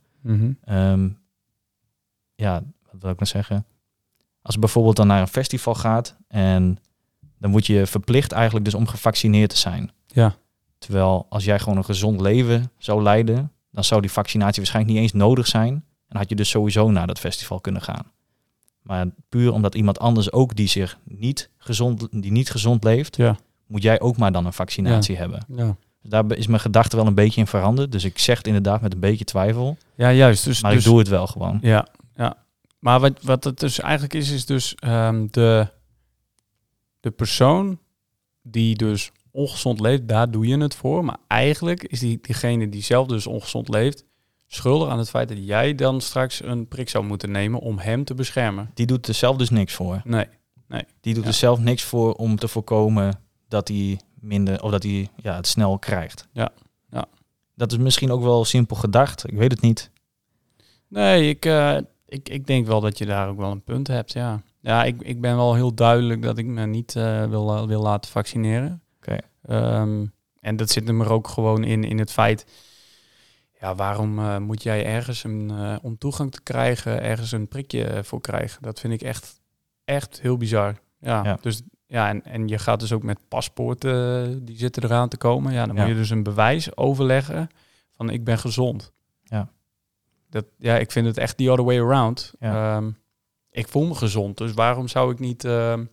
Wat wil ik nou zeggen? Als je bijvoorbeeld dan naar een festival gaat en dan word je verplicht eigenlijk dus om gevaccineerd te zijn. Ja. Terwijl als jij gewoon een gezond leven zou leiden, dan zou die vaccinatie waarschijnlijk niet eens nodig zijn. En had je dus sowieso naar dat festival kunnen gaan. Maar puur omdat iemand anders ook die niet gezond leeft, moet jij ook maar dan een vaccinatie hebben. Ja. Dus daar is mijn gedachte wel een beetje in veranderd. Dus ik zeg het inderdaad met een beetje twijfel. Ja, juist. Maar ik doe het wel gewoon. Ja. Maar wat het dus eigenlijk is dus de persoon die dus ongezond leeft, daar doe je het voor. Maar eigenlijk is diegene die zelf dus ongezond leeft schuldig aan het feit dat jij dan straks een prik zou moeten nemen om hem te beschermen. Die doet er zelf dus niks voor. Nee. Die doet er zelf niks voor om te voorkomen dat hij het snel krijgt. Ja. Dat is misschien ook wel simpel gedacht. Ik weet het niet. Nee, ik denk wel dat je daar ook wel een punt hebt, ja. Ja, ik ben wel heel duidelijk dat ik me niet wil laten vaccineren. Oké. En dat zit er ook gewoon in het feit... Ja, waarom moet jij ergens om toegang te krijgen, ergens een prikje voor krijgen? Dat vind ik echt heel bizar. Ja. Dus ja, en je gaat dus ook met paspoorten, die zitten eraan te komen. Ja, dan moet je dus een bewijs overleggen van ik ben gezond. Ja. Ik vind het echt the other way around. Ja. Ik voel me gezond, dus waarom zou ik niet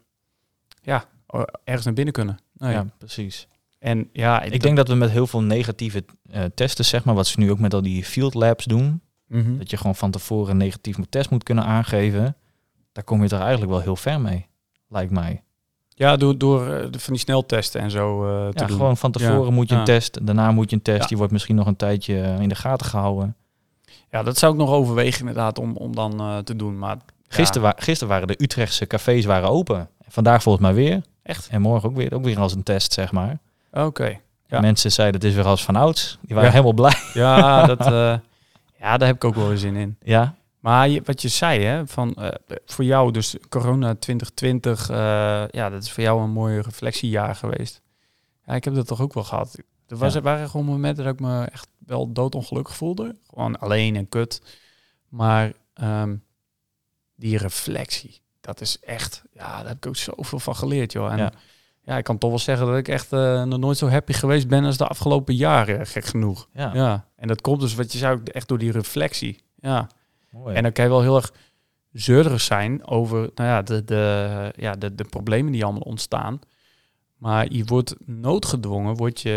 ergens naar binnen kunnen? Nee. Ja, precies. En ja, ik denk dat we met heel veel negatieve testen, zeg maar, wat ze nu ook met al die field labs doen, dat je gewoon van tevoren een negatieve test moet kunnen aangeven, daar kom je toch eigenlijk wel heel ver mee, lijkt mij. Ja, door van die sneltesten en zo te doen. Gewoon van tevoren moet je een test, daarna moet je een test, die wordt misschien nog een tijdje in de gaten gehouden. Ja, dat zou ik nog overwegen inderdaad om dan te doen. Maar Gisteren waren de Utrechtse cafés open. Vandaag volgens mij weer. Echt? En morgen ook weer als een test, zeg maar. Oké. Ja. Mensen zeiden het is weer als van ouds. Die waren helemaal blij. Ja, daar heb ik ook wel zin in. Ja. Maar wat je zei, hè, voor jou dus corona 2020, dat is voor jou een mooi reflectiejaar geweest. Ja, ik heb dat toch ook wel gehad. Er waren gewoon momenten dat ik me echt wel doodongelukkig voelde. Gewoon alleen en kut. Maar die reflectie, dat is echt... Ja, daar heb ik ook zoveel van geleerd, joh. En ik kan toch wel zeggen dat ik echt nog nooit zo happy geweest ben als de afgelopen jaren, gek genoeg. Ja. En dat komt dus, wat je zei, echt door die reflectie. Ja. Mooi. En dan kan je wel heel erg zeurig zijn over de problemen die allemaal ontstaan. Maar je wordt noodgedwongen,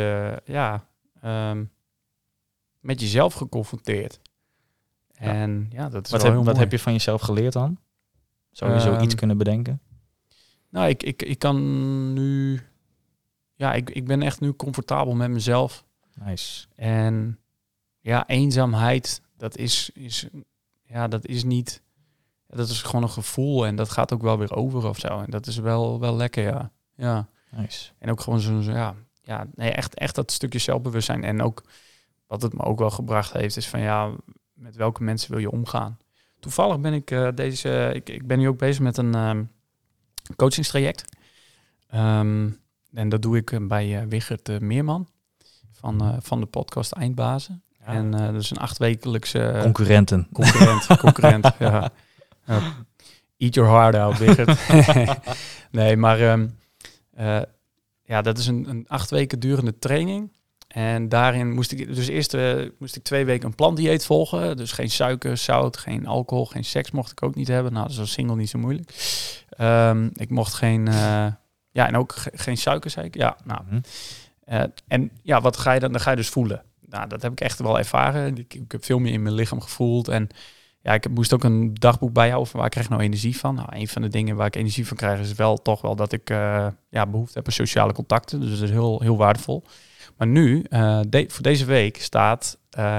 met jezelf geconfronteerd. En dat is wat heb je van jezelf geleerd dan? Zou je zoiets kunnen bedenken? Nou, ik kan nu... Ja, ik ben echt nu comfortabel met mezelf. Nice. En ja, eenzaamheid, dat is niet... Dat is gewoon een gevoel en dat gaat ook wel weer over of zo. En dat is wel lekker, ja. Nice. En ook gewoon echt dat stukje zelfbewustzijn. En ook, wat het me ook wel gebracht heeft, is van met welke mensen wil je omgaan? Toevallig ben ik ik ben nu ook bezig met een coachingstraject. En dat doe ik bij Wigert Meerman van de podcast Eindbazen. Ja. En dat is een 8-wekelijkse... Concurrent, ja. Eat your heart out, Wigert. Nee, maar dat is een 8 weken durende training. En daarin moest ik dus eerst 2 weken een plantdieet volgen. Dus geen suiker, zout, geen alcohol, geen seks mocht ik ook niet hebben. Nou, dat is als single niet zo moeilijk. Ik mocht geen... en ook geen suiker, zei ik. Ja, nou. En wat ga je dan? Dan ga je dus voelen. Nou, dat heb ik echt wel ervaren. Ik heb veel meer in mijn lichaam gevoeld. En ik moest ook een dagboek bijhouden van waar krijg ik nou energie van. Nou, een van de dingen waar ik energie van krijg is wel toch wel dat ik behoefte heb aan sociale contacten. Dus dat is heel, heel waardevol. Maar nu, voor deze week staat...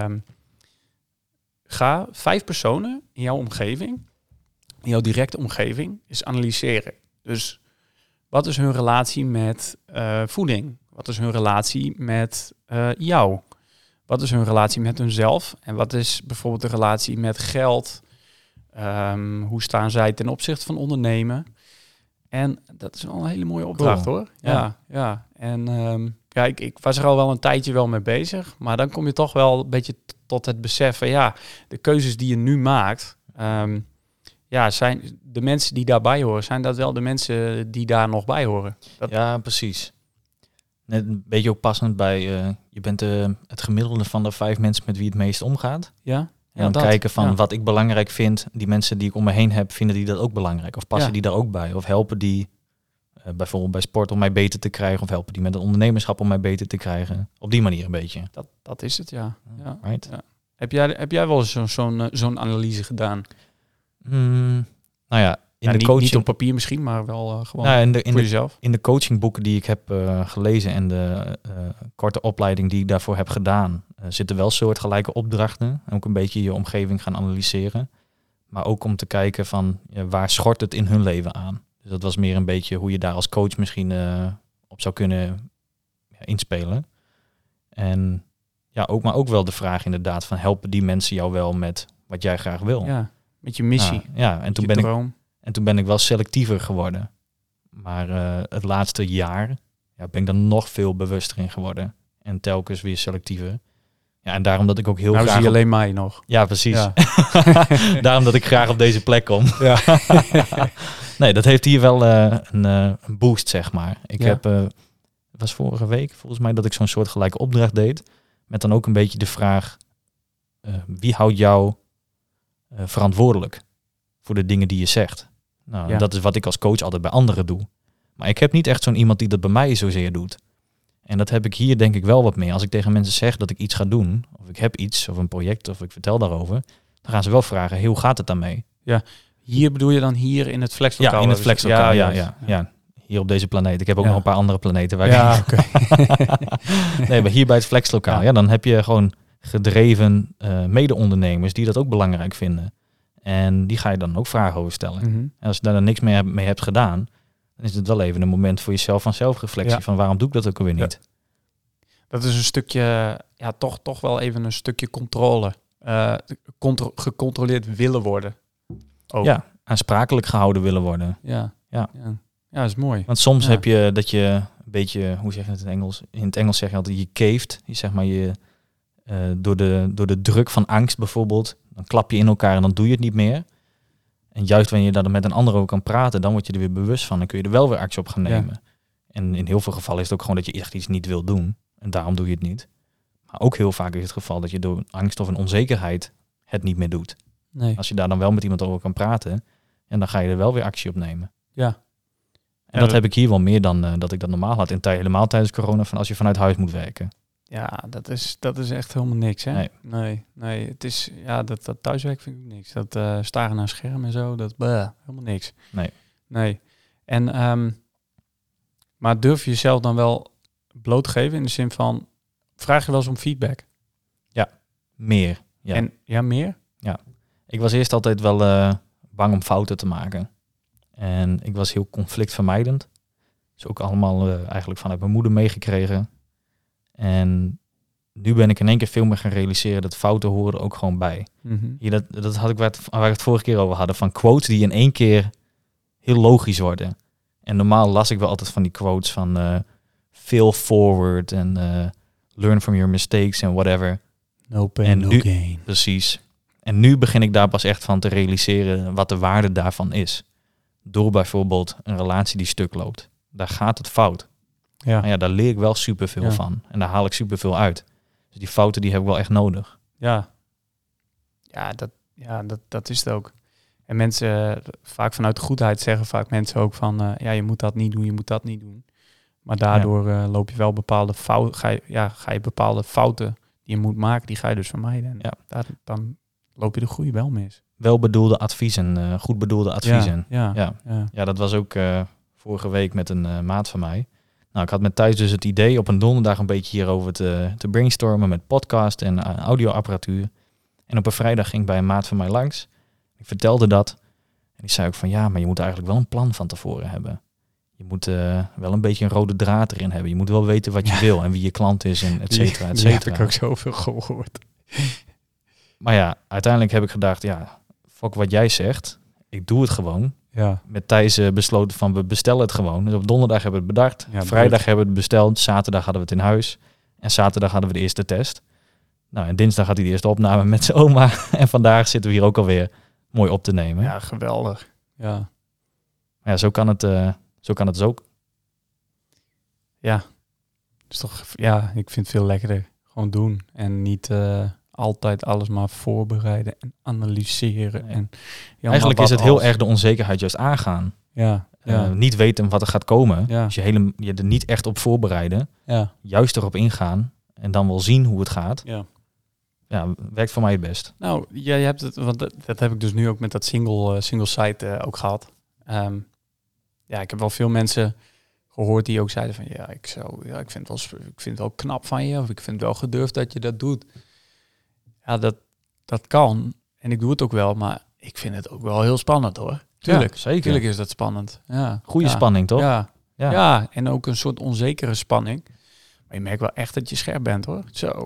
ga 5 personen in jouw omgeving, in jouw directe omgeving, eens analyseren. Dus wat is hun relatie met voeding? Wat is hun relatie met jou? Wat is hun relatie met hunzelf? En wat is bijvoorbeeld de relatie met geld? Hoe staan zij ten opzichte van ondernemen? En dat is wel een hele mooie opdracht, hoor. Ja. En ik was er al wel een tijdje wel mee bezig. Maar dan kom je toch wel een beetje tot het besef van de keuzes die je nu maakt... zijn de mensen die daarbij horen, zijn dat wel de mensen die daar nog bij horen? Ja, precies. Net een beetje ook passend bij, je bent het gemiddelde van de 5 mensen met wie het meest omgaat. Ja. En dan kijken van wat ik belangrijk vind, die mensen die ik om me heen heb, vinden die dat ook belangrijk? Of passen die daar ook bij? Of helpen die bijvoorbeeld bij sport om mij beter te krijgen? Of helpen die met het ondernemerschap om mij beter te krijgen? Op die manier een beetje. Dat is het, ja. Right. Ja. Heb jij wel eens zo'n analyse gedaan? In de coaching... Niet op papier misschien, maar wel gewoon voor jezelf. In de coachingboeken die ik heb gelezen en de korte opleiding die ik daarvoor heb gedaan, zitten wel soortgelijke opdrachten. En ook een beetje je omgeving gaan analyseren. Maar ook om te kijken van waar schort het in hun leven aan. Dus dat was meer een beetje hoe je daar als coach misschien op zou kunnen inspelen. En maar ook wel de vraag inderdaad van helpen die mensen jou wel met wat jij graag wil. Ja, met je missie. En toen ben En toen ben ik wel selectiever geworden. Maar het laatste jaar ben ik dan nog veel bewuster in geworden. En telkens weer selectiever. Ja, en daarom dat ik ook heel nou graag... zie je alleen mij nog. Ja, precies. Ja. Daarom dat ik graag op deze plek kom. Ja. Nee, dat heeft hier wel een boost, zeg maar. Ik Ja. heb... het was vorige week volgens mij dat ik zo'n soort gelijke opdracht deed. Met dan ook een beetje de vraag... wie houdt jou verantwoordelijk voor de dingen die je zegt? Nou, Ja. dat is wat ik als coach altijd bij anderen doe. Maar ik heb niet echt zo'n iemand die dat bij mij zozeer doet. En dat heb ik hier denk ik wel wat mee. Als ik tegen mensen zeg dat ik iets ga doen, of ik heb iets, of een project, of ik vertel daarover, dan gaan ze wel vragen, hey, hoe gaat het daarmee? Hier bedoel je dan hier in het flexlokaal? Ja, in het flexlokaal, Ja. ja. Hier op deze planeet. Ik heb ook Ja. nog een paar andere planeten. Waar Ja, ik... oké. Nee, maar hier bij het flexlokaal, Ja. ja, dan heb je gewoon gedreven mede-ondernemers die dat ook belangrijk vinden. En die ga je dan ook vragen over stellen. Mhm. En als je daar dan niks mee hebt gedaan, dan is het wel even een moment voor jezelf van zelfreflectie. Ja. Van waarom doe ik dat ook alweer niet? Dat is een stukje, ja, toch wel even een stukje controle. Gecontroleerd willen worden. Ook. Ja, aansprakelijk gehouden willen worden. Ja. Ja. Ja, dat is mooi. Want soms Ja. heb je dat je een beetje, hoe zeg je het in het Engels? In het Engels zeg je altijd, je caved. Je zeg maar je door de druk van angst bijvoorbeeld, dan klap je in elkaar en dan doe je het niet meer. En juist wanneer je daar met een ander over kan praten, dan word je er weer bewust van en kun je er wel weer actie op gaan Ja. nemen. En in heel veel gevallen is het ook gewoon dat je echt iets niet wil doen en daarom doe je het niet. Maar ook heel vaak is het geval dat je door angst of een onzekerheid het niet meer doet. Nee. Als je daar dan wel met iemand over kan praten, en dan ga je er wel weer actie op nemen. Ja. En dat heb ik hier wel meer dan dat ik dat normaal had. En helemaal tijdens corona, van als je vanuit huis moet werken. Ja, dat is echt helemaal niks, hè? Nee. Nee. Het is, ja, dat thuiswerk vind ik ook niks. Dat staren naar scherm en zo, dat helemaal niks. Nee. En, maar durf je jezelf dan wel blootgeven in de zin van, vraag je wel eens om feedback? Meer. Ja. En meer? Ik was eerst altijd wel bang om fouten te maken. En ik was heel conflictvermijdend. Dus ook allemaal eigenlijk vanuit mijn moeder meegekregen. En nu ben ik in één keer veel meer gaan realiseren dat fouten horen er ook gewoon bij. Mhm. Hier, dat had ik waar we het vorige keer over hadden. Van quotes die in één keer heel logisch worden. En normaal las ik wel altijd van die quotes van fail forward en learn from your mistakes en whatever. No pain, En no nu- gain. Precies. En nu begin ik daar pas echt van te realiseren wat de waarde daarvan is. Door bijvoorbeeld een relatie die stuk loopt. Daar gaat het fout. Ja. Maar ja, daar leer ik wel superveel Ja. van. En daar haal ik superveel uit. Dus die fouten die heb ik wel echt nodig. Ja. Dat is het ook. En mensen, vaak vanuit de goedheid zeggen vaak mensen ook van, je moet dat niet doen, je moet dat niet doen. Maar daardoor loop je wel bepaalde fouten, ga je bepaalde fouten die je moet maken, die ga je dus vermijden. En Ja. dan loop je de groei wel mis. Welbedoelde adviezen, goed bedoelde adviezen. Ja. Ja, dat was ook vorige week met een maat van mij. Nou, ik had met Thijs dus het idee op een donderdag een beetje hierover te brainstormen met podcast en audioapparatuur. En op een vrijdag ging ik bij een maat van mij langs. Ik vertelde dat. En die zei ook van ja, maar je moet eigenlijk wel een plan van tevoren hebben. Je moet wel een beetje een rode draad erin hebben. Je moet wel weten wat je wil en wie je klant is en et cetera, et Die heb cetera. ik ook zoveel gehoord. Maar ja, uiteindelijk heb ik gedacht, ja, fuck wat jij zegt. Ik doe het gewoon. Ja. Met Thijs besloten van we bestellen het gewoon. Dus op donderdag hebben we het bedacht. Ja, Vrijdag hebben we het besteld. Zaterdag hadden we het in huis. En zaterdag hadden we de eerste test. Nou, en dinsdag had hij de eerste opname met zijn oma. En vandaag zitten we hier ook alweer mooi op te nemen. Ja, geweldig. Ja. Maar ja, zo kan het dus ook. Ja. Is toch, ja, ik vind het veel lekkerder. Gewoon doen. En niet altijd alles maar voorbereiden en analyseren. Nee. En, ja, Eigenlijk maar is het wat heel als? erg de onzekerheid juist aangaan. Ja. Ja. Niet weten wat er gaat komen. Ja. Dus je er niet echt op voorbereiden. Ja. Juist erop ingaan. En dan wel zien hoe het gaat. Ja. Ja, werkt voor mij het best. Nou, jij hebt het, want dat heb ik dus nu ook met dat single site ook gehad. Ja, ik heb wel veel mensen gehoord die ook zeiden van ik vind het wel knap van je, of ik vind het wel gedurfd dat je dat doet. Ja, dat kan. En ik doe het ook wel, maar ik vind het ook wel heel spannend hoor. Tuurlijk, Ja, zeker. Tuurlijk is dat spannend. Ja. Goede Ja. spanning, toch? Ja. Ja. Ja. Ja, en ook een soort onzekere spanning. Maar je merkt wel echt dat je scherp bent hoor. Zo.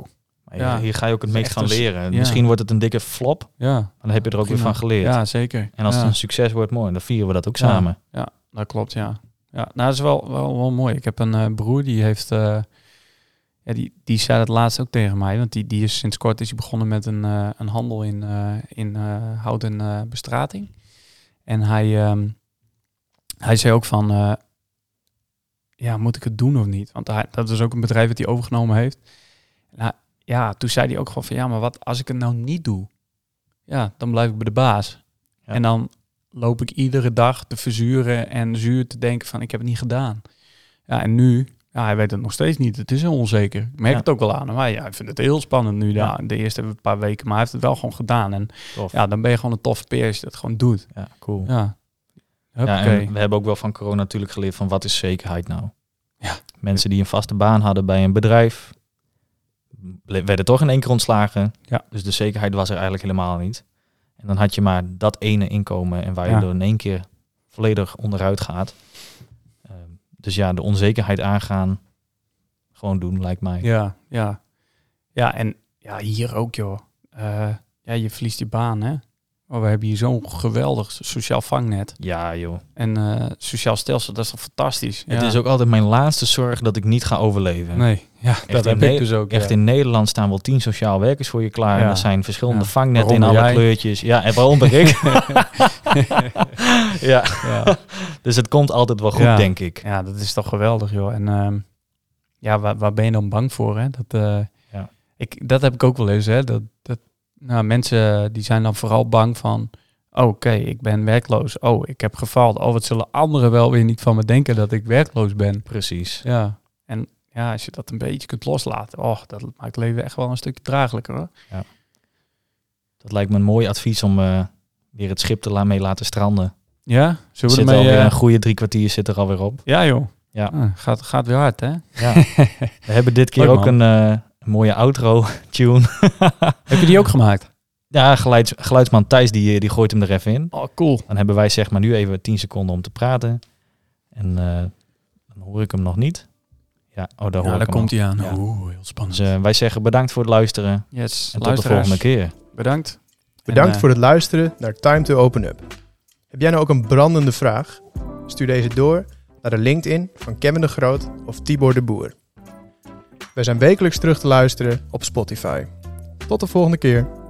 Maar hier ga je ook het meest van leren. Ja. Misschien wordt het een dikke flop, Ja. maar dan heb je er ook weer van geleerd. Ja, zeker. En als het een succes wordt, mooi. Dan vieren we dat ook Ja. samen. Ja, dat klopt, ja. Ja, nou, dat is wel mooi. Ik heb een broer, die heeft... die zei dat laatst ook tegen mij. Want die is sinds kort is hij begonnen met een handel in hout en bestrating. En hij zei ook van... moet ik het doen of niet? Want dat is ook een bedrijf dat hij overgenomen heeft. En toen zei hij ook gewoon van... Ja, maar wat als ik het nou niet doe? Ja, dan blijf ik bij de baas. Ja. En dan loop ik iedere dag te verzuren en zuur te denken van... Ik heb het niet gedaan. Ja, en nu... Ja, hij weet het nog steeds niet. Het is heel onzeker. Ik merk het ook wel aan hem. Maar ja, ik vind het heel spannend nu. Ja. De eerste paar weken. Maar hij heeft het wel gewoon gedaan. En dan ben je gewoon een toffe peer als je dat gewoon doet. Ja, cool. Ja. En we hebben ook wel van corona natuurlijk geleerd van wat is zekerheid nou? Ja. Mensen die een vaste baan hadden bij een bedrijf, werden toch in 1 keer ontslagen. Ja. Dus de zekerheid was er eigenlijk helemaal niet. En dan had je maar dat ene inkomen en waar je er in 1 keer volledig onderuit gaat. Dus ja, de onzekerheid aangaan, gewoon doen, lijkt mij. Ja, en hier ook, joh. Je verliest je baan, hè. Maar we hebben hier zo'n geweldig sociaal vangnet. Ja, joh. En sociaal stelsel, dat is toch fantastisch. Het is ook altijd mijn laatste zorg dat ik niet ga overleven. Nee, dat heb ik dus ook. Echt in Nederland staan wel 10 sociaal werkers voor je klaar. En er zijn verschillende vangnetten Waarom in alle kleurtjes. Ja, en waarom ben ik? ja. Dus het komt altijd wel goed, denk ik. Ja, dat is toch geweldig, joh. En waar ben je dan bang voor, hè? Dat heb ik ook wel eens, hè. Mensen die zijn dan vooral bang van... Oké, ik ben werkloos. Oh, ik heb gefaald. Oh, wat zullen anderen wel weer niet van me denken dat ik werkloos ben. Precies. Ja, en als je dat een beetje kunt loslaten... dat maakt het leven echt wel een stukje draaglijker, hoor. Ja. Dat lijkt me een mooi advies om weer het schip mee laten stranden. Ja? Zullen we ermee... alweer een goede 3 kwartier zit er alweer op. Ja, joh. Ja. Gaat weer hard, hè? Ja. We hebben dit keer ook een mooie outro-tune. Heb je die ook gemaakt? Ja, geluidsman Thijs die gooit hem er even in. Oh, cool. Dan hebben wij zeg maar nu even 10 seconden om te praten. En dan hoor ik hem nog niet. Ja, daar komt hij aan. Ja. Oeh, heel spannend. Dus wij zeggen bedankt voor het luisteren. Yes, en tot de volgende keer. Bedankt. Bedankt voor het luisteren naar Time to Open Up. Heb jij nou ook een brandende vraag? Stuur deze door naar de LinkedIn van Kevin de Groot of Tibor de Boer. Wij zijn wekelijks terug te luisteren op Spotify. Tot de volgende keer.